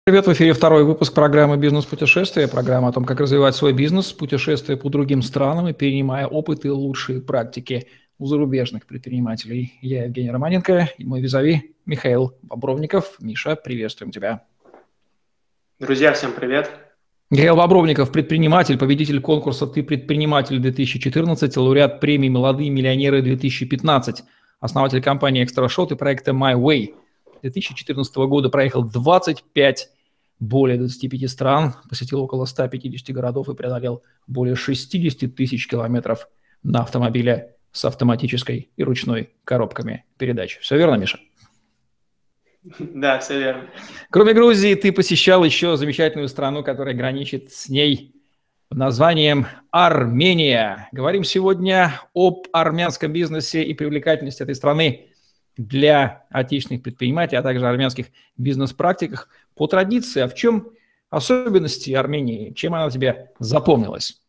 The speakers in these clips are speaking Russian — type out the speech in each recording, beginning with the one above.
Привет, в эфире второй выпуск программы «Бизнес-путешествие». Программа о том, как развивать свой бизнес, путешествуя по другим странам и перенимая опыт и лучшие практики у зарубежных предпринимателей. Я Евгений Романенко и мой визави Михаил Бобровников. Миша, приветствуем тебя. Друзья, всем привет. Михаил Бобровников, предприниматель, победитель конкурса «Ты предприниматель-2014», лауреат премии «Молодые миллионеры 2015», основатель компании «Экстрашот» и проекта My Way. 2014 года проехал 25 более 25 стран, посетил около 150 городов и преодолел более 60 тысяч километров на автомобиле с автоматической и ручной коробками передач. Все верно, Миша? Да, все верно. Кроме Грузии, ты посещал еще замечательную страну, которая граничит с ней, под названием Армения. Говорим сегодня об армянском бизнесе и привлекательности этой страны для отечественных предпринимателей, а также армянских бизнес-практиках. По традиции, а в чем особенности Армении? Чем она тебе запомнилась?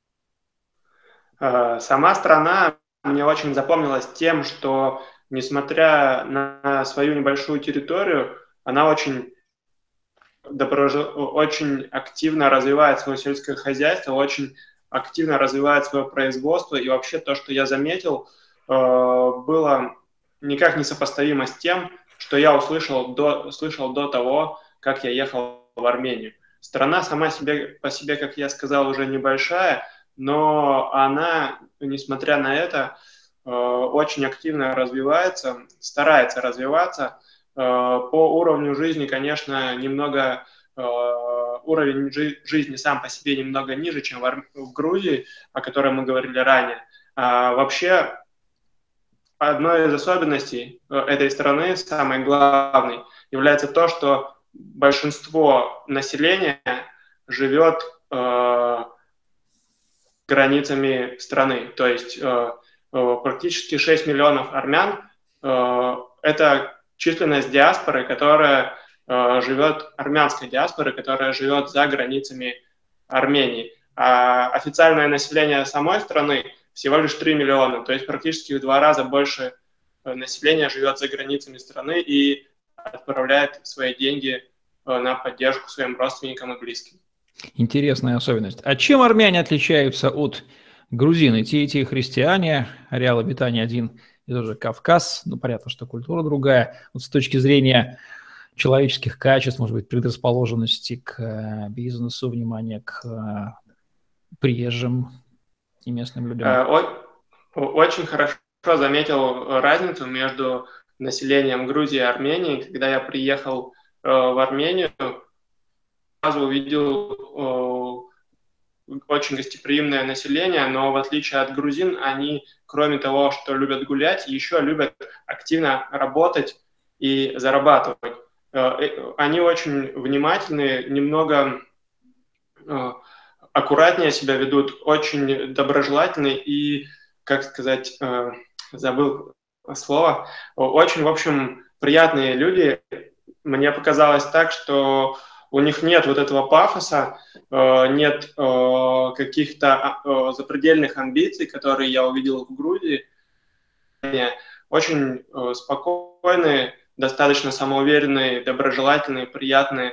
Сама страна мне очень запомнилась тем, что, несмотря на свою небольшую территорию, она очень активно развивает свое сельское хозяйство, очень активно развивает свое производство. И вообще то, что я заметил, было никак не сопоставимо с тем, что я слышал до того, как я ехал в Армению. Страна сама по себе, как я сказал, уже небольшая, но она, несмотря на это, очень активно развивается, старается развиваться. По уровню жизни, конечно, немного уровень жизни сам по себе немного ниже, чем в Грузии, о которой мы говорили ранее. Вообще, одной из особенностей этой страны, самой главной, является то, что большинство населения живет границами страны. То есть практически 6 миллионов армян это численность диаспоры, которая армянской диаспоры, которая живет за границами Армении. А официальное население самой страны всего лишь 3 миллиона, то есть практически в 2 раза больше населения живет за границами страны и отправляет свои деньги на поддержку своим родственникам и близким. Интересная особенность. А чем армяне отличаются от грузин? И те христиане, ареал обитания один и тот же Кавказ, ну, понятно, что культура другая. Вот с точки зрения человеческих качеств, может быть, предрасположенности к бизнесу, внимания к приезжим и местным людям. Очень хорошо заметил разницу между населением Грузии и Армении. Когда я приехал в Армению, сразу увидел очень гостеприимное население, но в отличие от грузин, они, кроме того, что любят гулять, еще любят активно работать и зарабатывать. Они очень внимательны, немного аккуратнее себя ведут, очень доброжелательны и, как сказать, забыл слово, очень, в общем, приятные люди. Мне показалось так, что у них нет вот этого пафоса, нет каких-то запредельных амбиций, которые я увидел в Грузии. Очень спокойные, достаточно самоуверенные, доброжелательные, приятные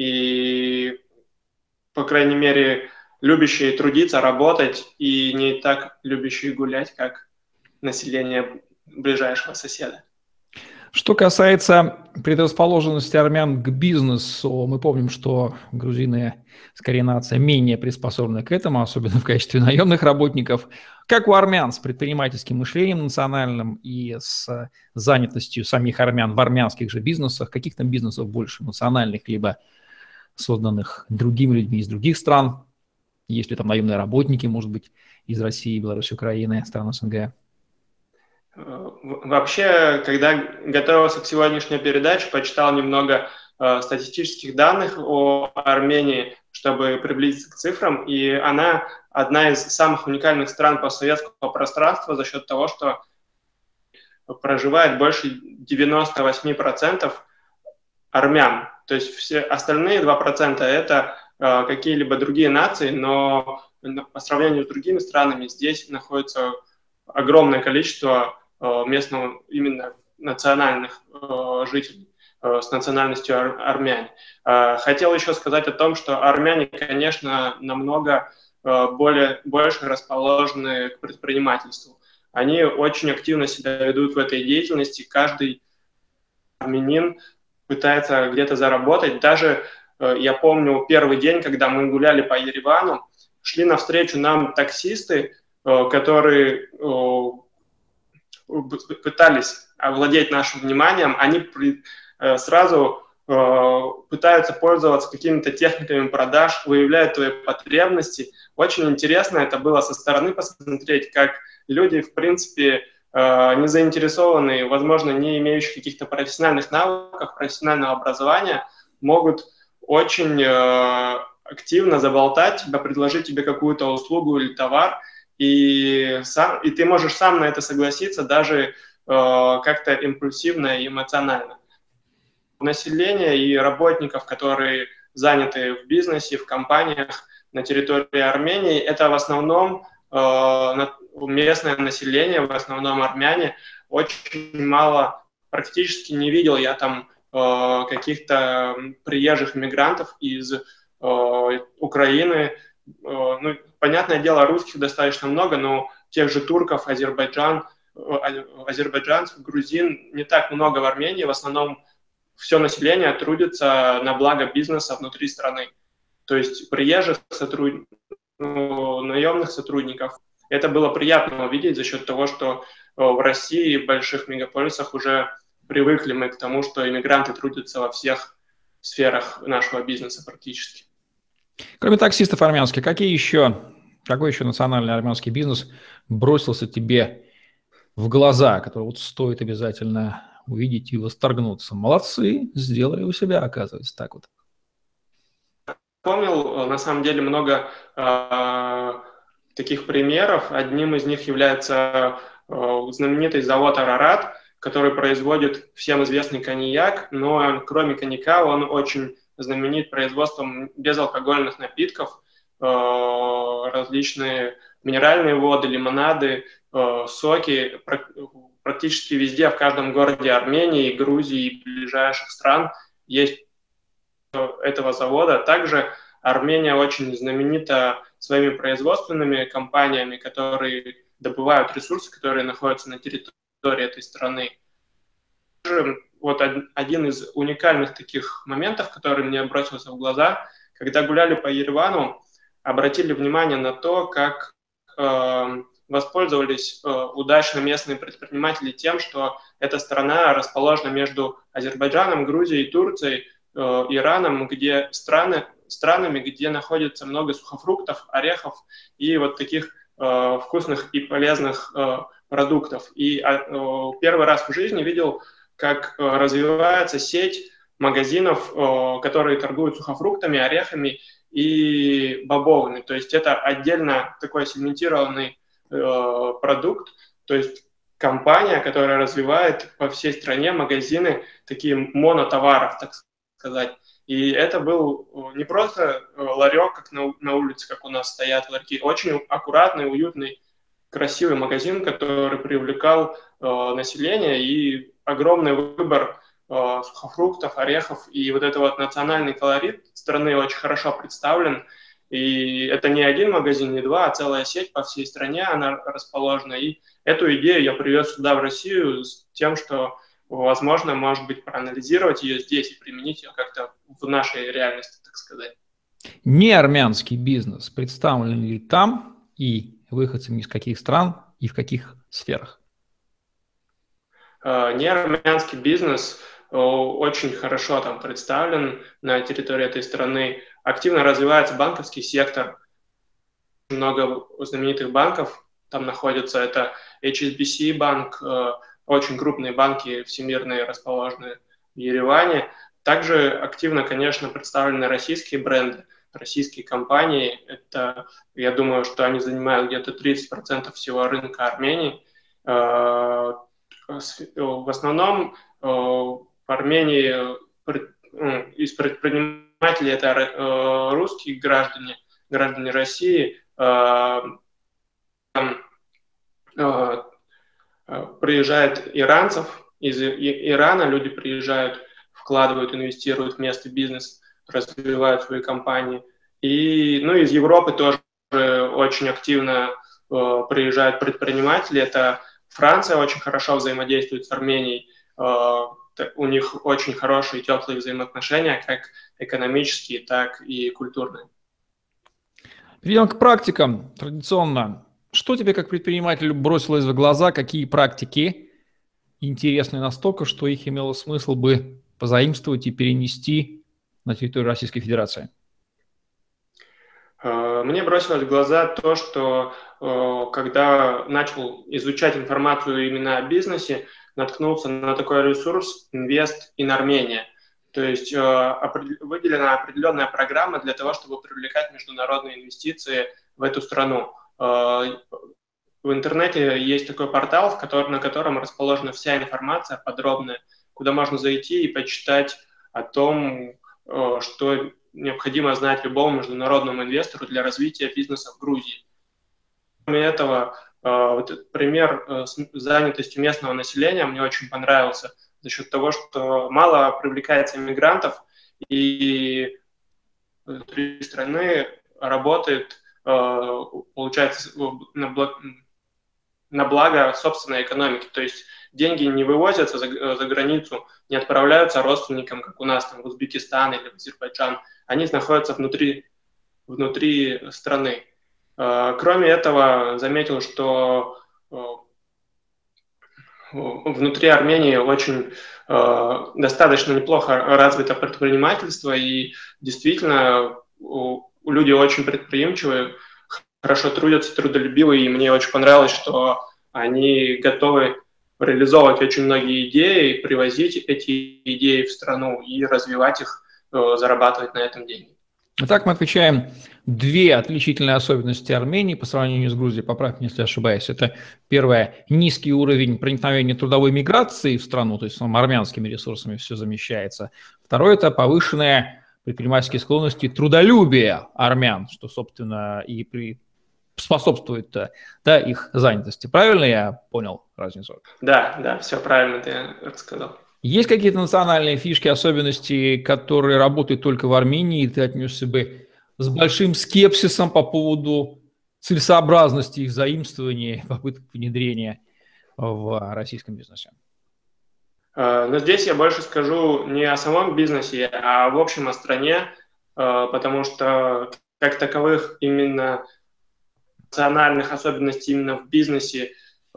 и, по крайней мере, любящие трудиться, работать и не так любящие гулять, как население ближайшего соседа. Что касается предрасположенности армян к бизнесу, мы помним, что грузины, скорее нация, менее приспособлены к этому, особенно в качестве наемных работников. Как у армян с предпринимательским мышлением национальным и с занятостью самих армян в армянских же бизнесах? Каких там бизнесов больше, национальных, либо созданных другими людьми из других стран? Есть ли там наемные работники, может быть, из России, Беларуси, Украины, стран СНГ? Вообще, когда готовился к сегодняшней передаче, почитал немного статистических данных о Армении, чтобы приблизиться к цифрам, и она одна из самых уникальных стран постсоветского пространства за счет того, что проживает больше 98% армян. То есть все остальные 2% это какие-либо другие нации, но по сравнению с другими странами здесь находится огромное количество местного именно национальных жителей. с национальностью армяне. Хотел еще сказать о том, что армяне, конечно, намного больше расположены к предпринимательству. Они очень активно себя ведут в этой деятельности. Каждый армянин пытается где-то заработать. Даже я помню первый день, когда мы гуляли по Еревану, шли навстречу нам таксисты, которые пытались овладеть нашим вниманием, они сразу пытаются пользоваться какими-то техниками продаж, выявляют твои потребности. Очень интересно это было со стороны посмотреть, как люди, в принципе, не заинтересованные, возможно, не имеющие каких-то профессиональных навыков, профессионального образования, могут очень активно заболтать тебя, предложить тебе какую-то услугу или товар, и ты можешь сам на это согласиться даже как-то импульсивно и эмоционально. Население и работников, которые заняты в бизнесе, в компаниях на территории Армении, это в основном местное население, в основном армяне. Очень мало, практически не видел я там каких-то приезжих мигрантов из Украины. Ну, понятное дело, русских достаточно много, но тех же турков, азербайджанцев, грузин не так много в Армении. В основном все население трудится на благо бизнеса внутри страны. То есть приезжих наемных сотрудников. Это было приятно увидеть за счет того, что в России, в больших мегаполисах уже привыкли мы к тому, что иммигранты трудятся во всех сферах нашего бизнеса практически. Кроме таксистов армянских, какой еще национальный армянский бизнес бросился тебе в глаза, который вот стоит обязательно увидеть и восторгнуться? Молодцы, сделали у себя, оказывается, так вот. Помнил, на самом деле, много таких примеров. Одним из них является знаменитый завод «Арарат», который производит всем известный коньяк, но кроме коньяка он очень знаменит производством безалкогольных напитков, различные минеральные воды, лимонады, соки. Практически везде, в каждом городе Армении, Грузии и ближайших стран есть этого завода. Также Армения очень знаменита своими производственными компаниями, которые добывают ресурсы, которые находятся на территории этой страны. Вот один из уникальных таких моментов, который мне бросился в глаза, когда гуляли по Еревану, обратили внимание на то, как воспользовались удачно местные предприниматели тем, что эта страна расположена между Азербайджаном, Грузией, Турцией, Ираном, где странами, где находится много сухофруктов, орехов и вот таких вкусных и полезных продуктов. И первый раз в жизни видел, как развивается сеть магазинов, которые торгуют сухофруктами, орехами и бобовыми. То есть это отдельно такой сегментированный продукт, то есть компания, которая развивает по всей стране магазины, такие монотоваров, так сказать. И это был не просто ларек, как на улице, как у нас стоят ларьки, очень аккуратный, уютный, красивый магазин, который привлекал население, и огромный выбор сухофруктов, орехов, и вот это вот национальный колорит страны очень хорошо представлен. И это не один магазин, не два, а целая сеть по всей стране она расположена. И эту идею я привез сюда, в Россию, с тем, что, возможно, может быть, проанализировать ее здесь и применить ее как-то в нашей реальности, так сказать. Не армянский бизнес представлен ли там и выходцами из каких стран и в каких сферах? Не армянский бизнес очень хорошо там представлен на территории этой страны. Активно развивается банковский сектор. Много знаменитых банков там находятся. Это HSBC банк, очень крупные банки всемирные, расположенные в Ереване. Также активно, конечно, представлены российские бренды, российские компании. Это, я думаю, что они занимают где-то 30% всего рынка Армении. В основном в Армении из предпринимателей это русские граждане России. Приезжает иранцев, из Ирана люди приезжают в вкладывают, инвестируют в местный бизнес, развивают свои компании. И, ну, из Европы тоже очень активно приезжают предприниматели. Это Франция очень хорошо взаимодействует с Арменией. У них очень хорошие теплые взаимоотношения, как экономические, так и культурные. Перейдем к практикам. Традиционно. Что тебе как предпринимателю бросилось в глаза? Какие практики интересны настолько, что их имело смысл бы позаимствовать и перенести на территорию Российской Федерации? Мне бросилось в глаза то, что когда начал изучать информацию именно о бизнесе, наткнулся на такой ресурс Invest in Armenia. То есть выделена определенная программа для того, чтобы привлекать международные инвестиции в эту страну. В интернете есть такой портал, на котором расположена вся информация подробная, куда можно зайти и почитать о том, что необходимо знать любому международному инвестору для развития бизнеса в Грузии. Кроме этого, вот пример с занятостью местного населения мне очень понравился за счет того, что мало привлекается иммигрантов, и внутри страны работает, получается, на благо собственной экономики. То есть деньги не вывозятся за границу, не отправляются родственникам, как у нас там в Узбекистан или в Азербайджан. Они находятся внутри страны. Кроме этого, заметил, что внутри Армении очень достаточно неплохо развито предпринимательство, и действительно люди очень предприимчивые, хорошо трудятся, трудолюбивые, и мне очень понравилось, что они готовы реализовывать очень многие идеи, привозить эти идеи в страну и развивать их, зарабатывать на этом деньги. Итак, мы отвечаем две отличительные особенности Армении по сравнению с Грузией, поправь меня, если ошибаюсь. Это первое, низкий уровень проникновения трудовой миграции в страну, то есть армянскими ресурсами все замещается. Второе, это повышенные предпринимательские склонности и трудолюбие армян, что, собственно, и способствует их занятости. Правильно я понял разницу? Да, все правильно ты рассказал. Есть какие-то национальные фишки, особенности, которые работают только в Армении, и ты отнесся бы с большим скепсисом по поводу целесообразности их заимствования, попыток внедрения в российском бизнесе? Но здесь я больше скажу не о самом бизнесе, а в общем о стране, потому что как таковых именно национальных особенностей именно в бизнесе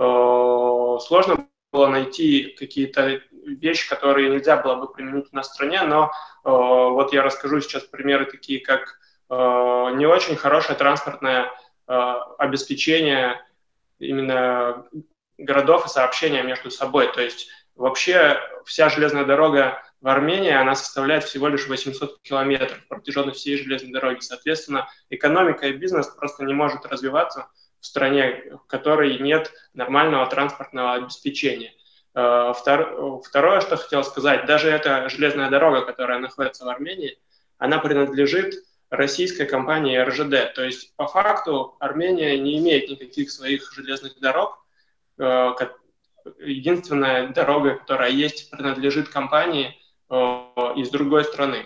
сложно было найти какие-то вещи, которые нельзя было бы применить на стране, но вот я расскажу сейчас примеры такие, как не очень хорошее транспортное обеспечение именно городов и сообщения между собой. То есть вообще вся железная дорога в Армении, она составляет всего лишь 800 километров протяженность всей железной дороги. Соответственно, экономика и бизнес просто не может развиваться в стране, в которой нет нормального транспортного обеспечения. Второе, что хотел сказать, даже эта железная дорога, которая находится в Армении, она принадлежит российской компании РЖД. То есть, по факту, Армения не имеет никаких своих железных дорог. Единственная дорога, которая есть, принадлежит компании из другой страны.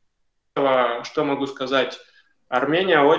Что могу сказать? Армения в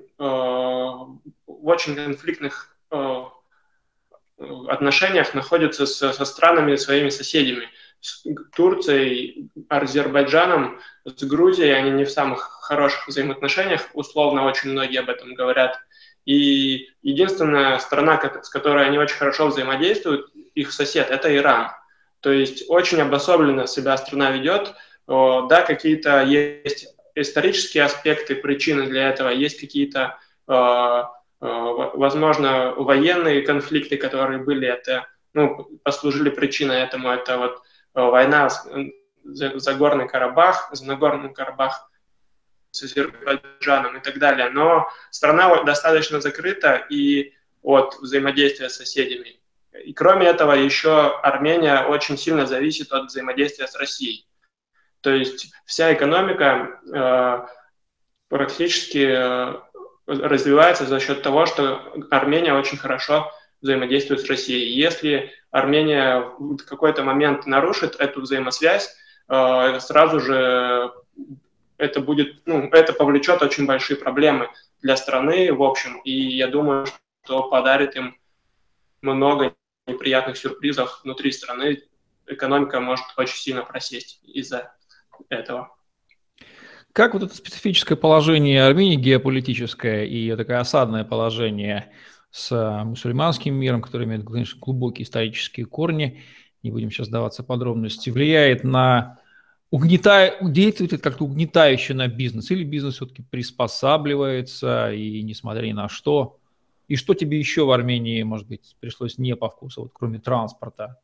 очень конфликтных отношениях находится со странами, своими соседями. С Турцией, Азербайджаном, с Грузией они не в самых хороших взаимоотношениях, условно очень многие об этом говорят. И единственная страна, с которой они очень хорошо взаимодействуют, их сосед, это Иран. То есть очень обособленно себя страна ведет. Да, какие-то есть исторические аспекты, причины для этого, есть какие-то, возможно, военные конфликты, которые были, это, послужили причиной этому. Это вот война за Горный Карабах, за Нагорный Карабах с Азербайджаном и так далее. Но страна достаточно закрыта и от взаимодействия с соседями. И кроме этого, еще Армения очень сильно зависит от взаимодействия с Россией. То есть вся экономика практически развивается за счет того, что Армения очень хорошо взаимодействует с Россией. Если Армения в какой-то момент нарушит эту взаимосвязь, сразу же это будет, это повлечет очень большие проблемы для страны, в общем, и я думаю, что подарит им много неприятных сюрпризов внутри страны. Экономика может очень сильно просесть из-за этого. Как вот это специфическое положение Армении, геополитическое, и такое осадное положение с мусульманским миром, который имеет, конечно, глубокие исторические корни, не будем сейчас даваться подробности, влияет на действует это как-то угнетающе на бизнес, или бизнес все-таки приспосабливается, и несмотря ни на что? И что тебе еще в Армении, может быть, пришлось не по вкусу, вот, кроме транспорта?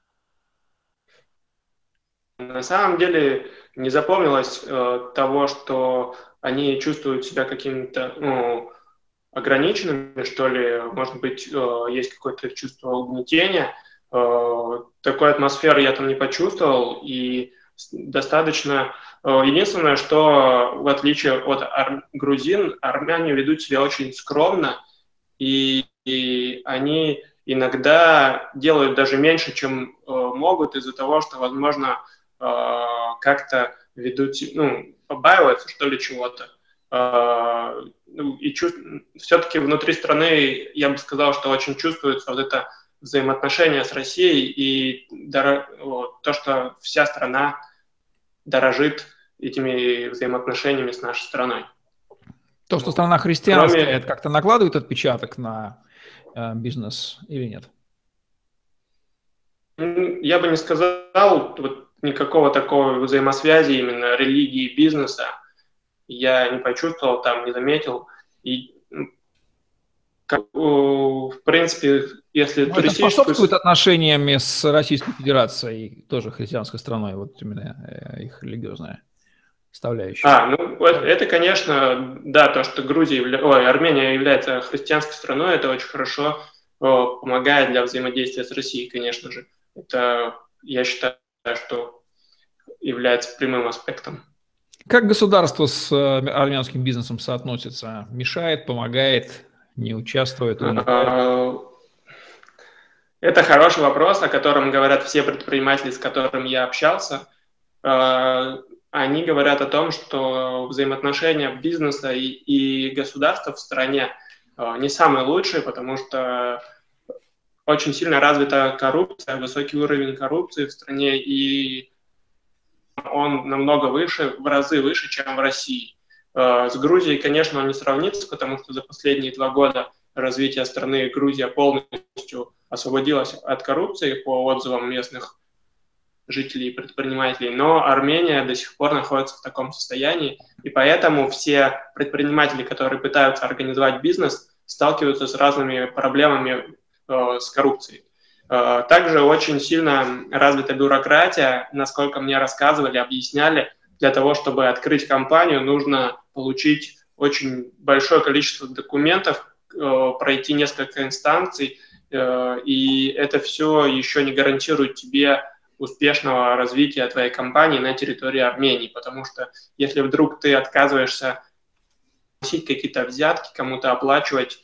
На самом деле не запомнилось того, что они чувствуют себя какими-то ограниченными, что ли. Может быть, есть какое-то чувство угнетения. Такой атмосферы я там не почувствовал, и достаточно... Единственное, что в отличие от грузин, армяне ведут себя очень скромно, и они иногда делают даже меньше, чем могут, из-за того, что, возможно, как-то ведут, побаиваются, что ли, чего-то. И все-таки внутри страны, я бы сказал, что очень чувствуется вот это взаимоотношение с Россией и то, что вся страна дорожит этими взаимоотношениями с нашей страной. То, что страна христианская, это как-то накладывает отпечаток на бизнес или нет? Я бы не сказал, вот никакого такого взаимосвязи именно религии и бизнеса я не почувствовал, там не заметил. И, в принципе, если туристическую... Это способствует отношениями с Российской Федерацией, тоже христианской страной, вот именно их религиозная составляющая. Это, конечно, да, то, что Армения является христианской страной, это очень хорошо помогает для взаимодействия с Россией, конечно же. Это, я считаю, что является прямым аспектом. Как государство с армянским бизнесом соотносится? Мешает, помогает, не участвует? Это хороший вопрос, о котором говорят все предприниматели, с которыми я общался. Они говорят о том, что взаимоотношения бизнеса и государства в стране не самые лучшие, потому что очень сильно развита коррупция, высокий уровень коррупции в стране, и он намного выше, в разы выше, чем в России. С Грузией, конечно, он не сравнится, потому что за последние 2 года развития страны Грузия полностью освободилась от коррупции по отзывам местных жителей и предпринимателей, но Армения до сих пор находится в таком состоянии, и поэтому все предприниматели, которые пытаются организовать бизнес, сталкиваются с разными проблемами с коррупцией. Также очень сильно развита бюрократия, насколько мне рассказывали, объясняли, для того, чтобы открыть компанию, нужно получить очень большое количество документов, пройти несколько инстанций, и это все еще не гарантирует тебе успешного развития твоей компании на территории Армении, потому что если вдруг ты отказываешься вносить какие-то взятки, кому-то оплачивать,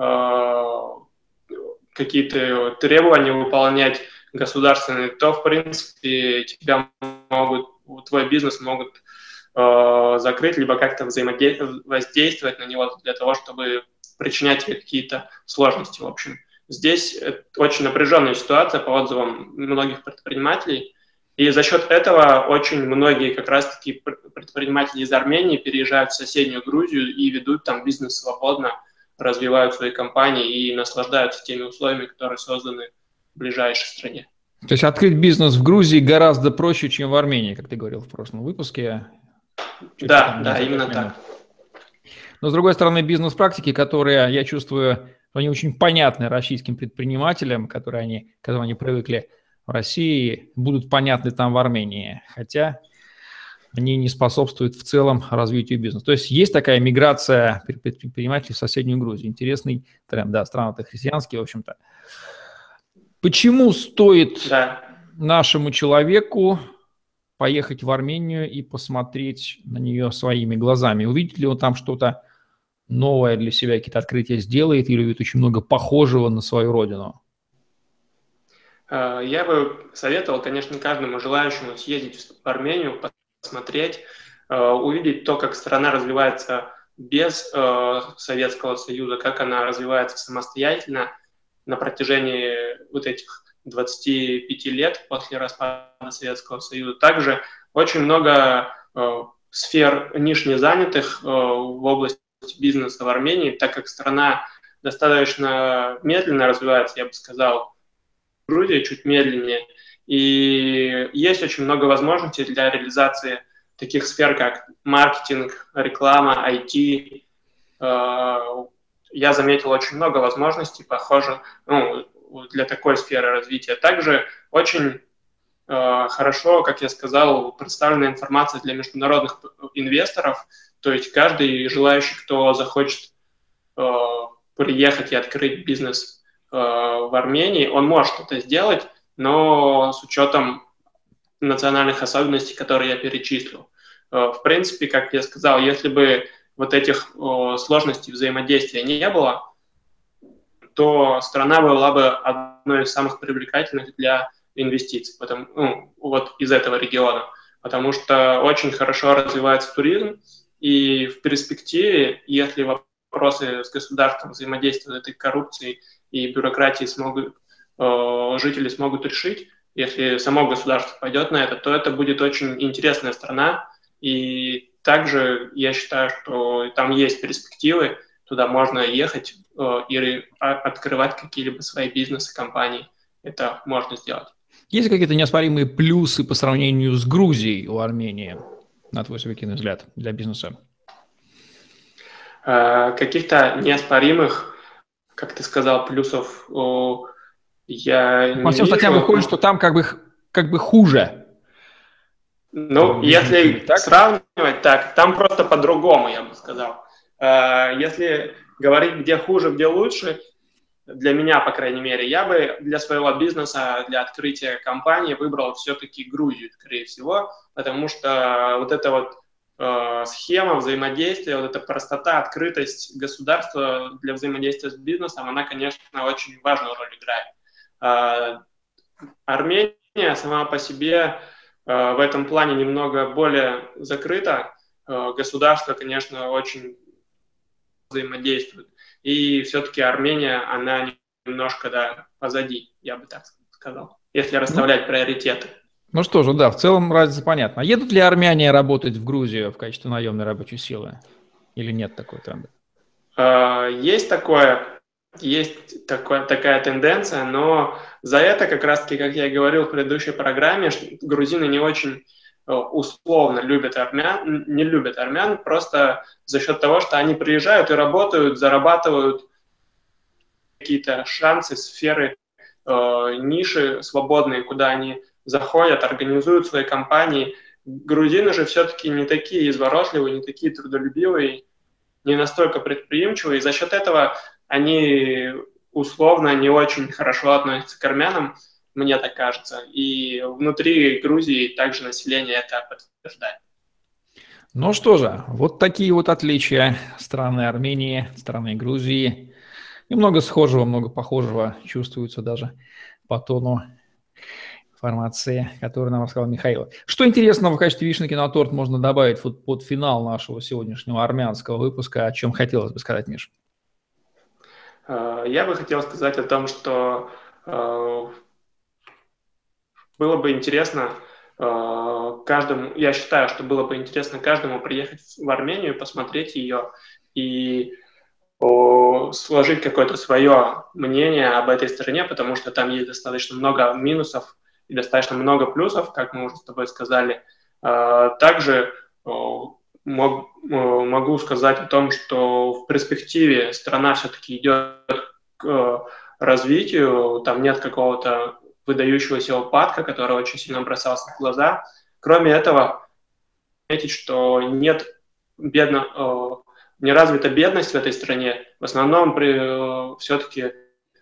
какие-то требования выполнять государственные, то, в принципе, твой бизнес могут закрыть, либо как-то воздействовать на него для того, чтобы причинять тебе какие-то сложности, в общем. Здесь очень напряженная ситуация по отзывам многих предпринимателей, и за счет этого очень многие как раз-таки предприниматели из Армении переезжают в соседнюю Грузию и ведут там бизнес свободно, развивают свои компании и наслаждаются теми условиями, которые созданы в ближайшей стране. То есть открыть бизнес в Грузии гораздо проще, чем в Армении, как ты говорил в прошлом выпуске. Да, именно так. Но, с другой стороны, бизнес-практики, которые, я чувствую, они очень понятны российским предпринимателям, к которым они привыкли в России, будут понятны там в Армении, хотя они не способствуют в целом развитию бизнеса. То есть есть такая миграция предпринимателей в соседнюю Грузию. Интересный тренд, да, страны-то христианские, в общем-то. Почему стоит нашему человеку поехать в Армению и посмотреть на нее своими глазами? Увидит ли он там что-то новое для себя, какие-то открытия сделает, или увидит очень много похожего на свою родину? Я бы советовал, конечно, каждому желающему съездить в Армению, посмотреть, увидеть то, как страна развивается без Советского Союза, как она развивается самостоятельно на протяжении вот этих 25 лет после распада Советского Союза. Также очень много сфер ниш незанятых в области бизнеса в Армении, так как страна достаточно медленно развивается, я бы сказал, Грузия чуть медленнее. И есть очень много возможностей для реализации таких сфер, как маркетинг, реклама, IT. Я заметил очень много возможностей, похоже, для такой сферы развития. Также очень хорошо, как я сказал, представлена информация для международных инвесторов. То есть каждый желающий, кто захочет приехать и открыть бизнес в Армении, он может это сделать, но с учетом национальных особенностей, которые я перечислил. В принципе, как я сказал, если бы вот этих сложностей взаимодействия не было, то страна была бы одной из самых привлекательных для инвестиций, вот из этого региона, потому что очень хорошо развивается туризм, и в перспективе, если вопросы с государством взаимодействия этой коррупции и бюрократии жители смогут решить, если само государство пойдет на это, то это будет очень интересная страна. И также я считаю, что там есть перспективы, туда можно ехать и открывать какие-либо свои бизнесы, компании. Это можно сделать. Есть какие-то неоспоримые плюсы по сравнению с Грузией у Армении, на твой субъективный взгляд, для бизнеса? Каких-то неоспоримых, как ты сказал, плюсов я не По всем вижу. статьям выходит, что там как бы хуже. Ну, если сравнивать, так, там просто по-другому, я бы сказал. Если говорить, где хуже, где лучше, для меня, по крайней мере, я бы для своего бизнеса, для открытия компании выбрал все-таки Грузию, скорее всего, потому что вот эта вот схема взаимодействия, вот эта простота, открытость государства для взаимодействия с бизнесом, она, конечно, очень важную роль играет. Армения сама по себе в этом плане немного более закрыта. Государство, конечно, очень взаимодействует. И все-таки Армения, она немножко, позади, я бы так сказал, если расставлять приоритеты. Ну что же, да, в целом разница понятна. Едут ли армяне работать в Грузию в качестве наемной рабочей силы? Или нет такой тренда? Есть такая тенденция, но за это как раз-таки, как я и говорил в предыдущей программе, грузины не очень условно не любят армян, просто за счет того, что они приезжают и работают, зарабатывают какие-то шансы, сферы, ниши свободные, куда они заходят, организуют свои компании. Грузины же все-таки не такие изворотливые, не такие трудолюбивые, не настолько предприимчивые, и за счет этого они условно не очень хорошо относятся к армянам, мне так кажется. И внутри Грузии также население это подтверждает. Ну что же, вот такие вот отличия страны Армении, страны Грузии. И много схожего, много похожего чувствуется даже по тону информации, которую нам рассказал Михаил. Что интересного в качестве вишенки на торт можно добавить вот под финал нашего сегодняшнего армянского выпуска, о чем хотелось бы сказать, Миш? Я бы хотел сказать о том, что было бы интересно каждому, я считаю, что было бы интересно каждому приехать в Армению, посмотреть ее и сложить какое-то свое мнение об этой стране, потому что там есть достаточно много минусов и достаточно много плюсов, как мы уже с тобой сказали. Также могу сказать о том, что в перспективе страна все-таки идет к развитию, там нет какого-то выдающегося упадка, который очень сильно бросался в глаза. Кроме этого, отметить, что нет не развита бедность в этой стране. В основном все-таки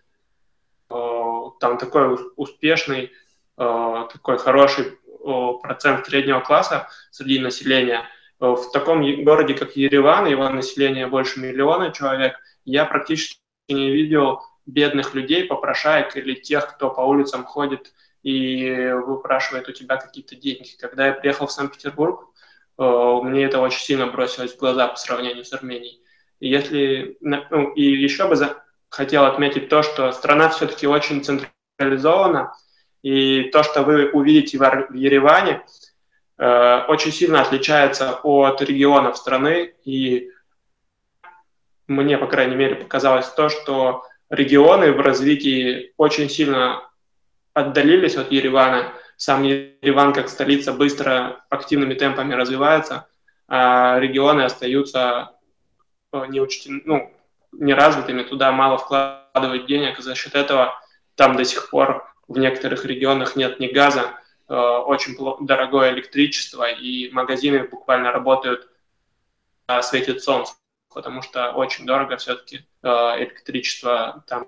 там такой успешный, такой хороший процент среднего класса среди населения. В таком городе, как Ереван, его население больше 1 миллиона человек, я практически не видел бедных людей, попрошаек или тех, кто по улицам ходит и выпрашивает у тебя какие-то деньги. Когда я приехал в Санкт-Петербург, мне это очень сильно бросилось в глаза по сравнению с Арменией. И еще бы хотел отметить то, что страна все-таки очень централизована, и то, что вы увидите в Ереване, очень сильно отличается от регионов страны, и мне, по крайней мере, показалось то, что регионы в развитии очень сильно отдалились от Еревана. Сам Ереван как столица быстро, активными темпами развивается, а регионы остаются неразвитыми, туда мало вкладывают денег, и за счет этого там до сих пор в некоторых регионах нет ни газа, очень дорогое электричество, и магазины буквально работают, светит солнце, потому что очень дорого все-таки электричество там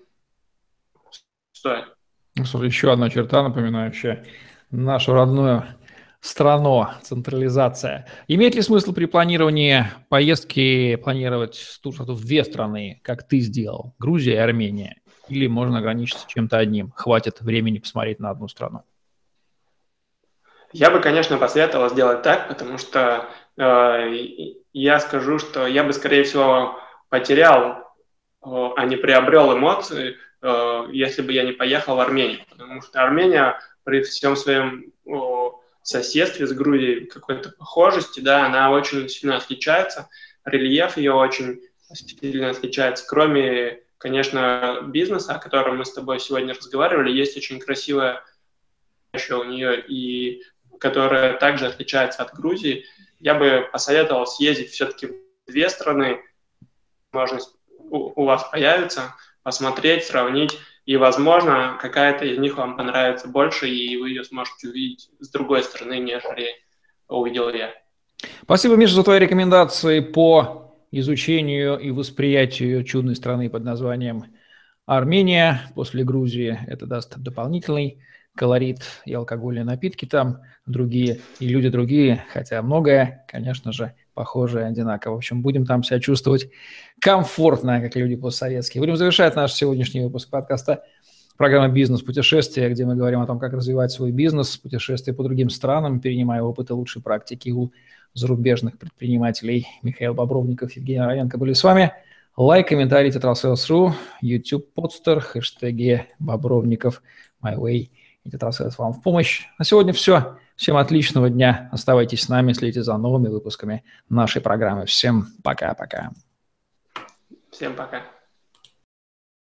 стоит. Еще одна черта, напоминающая нашу родную страну, централизация. Имеет ли смысл при планировании поездки планировать тур в две страны, как ты сделал, Грузия и Армения? Или можно ограничиться чем-то одним? Хватит времени посмотреть на одну страну? Я бы, конечно, посоветовал сделать так, потому что я скажу, что я бы, скорее всего, потерял, а не приобрел эмоции, если бы я не поехал в Армению. Потому что Армения при всем своем соседстве с Грузией, какой-то похожести, да, она очень сильно отличается, рельеф ее очень сильно отличается. Кроме, конечно, бизнеса, о котором мы с тобой сегодня разговаривали, есть очень красивая еще у нее, и которая также отличается от Грузии. Я бы посоветовал съездить все-таки в две страны, возможность у вас появится, посмотреть, сравнить, и, возможно, какая-то из них вам понравится больше, и вы ее сможете увидеть с другой стороны, нежели увидел я. Спасибо, Миша, за твои рекомендации по изучению и восприятию чудной страны под названием Армения. После Грузии это даст дополнительный колорит, и алкогольные напитки там другие, и люди другие, хотя многое, конечно же, похоже и одинаково. В общем, будем там себя чувствовать комфортно, как люди постсоветские. Будем завершать наш сегодняшний выпуск подкаста программа «Бизнес-путешествия», где мы говорим о том, как развивать свой бизнес, путешествия по другим странам, перенимая опыт и лучшие практики у зарубежных предпринимателей. Михаил Бобровников, Евгений Равенко были с вами. Лайк, комментарий, Тетрасселс.ру, YouTube, подстер, хэштеги Бобровников, MyWay и Тетрасселс вам в помощь. На сегодня все. Всем отличного дня. Оставайтесь с нами, следите за новыми выпусками нашей программы. Всем пока-пока. Всем пока.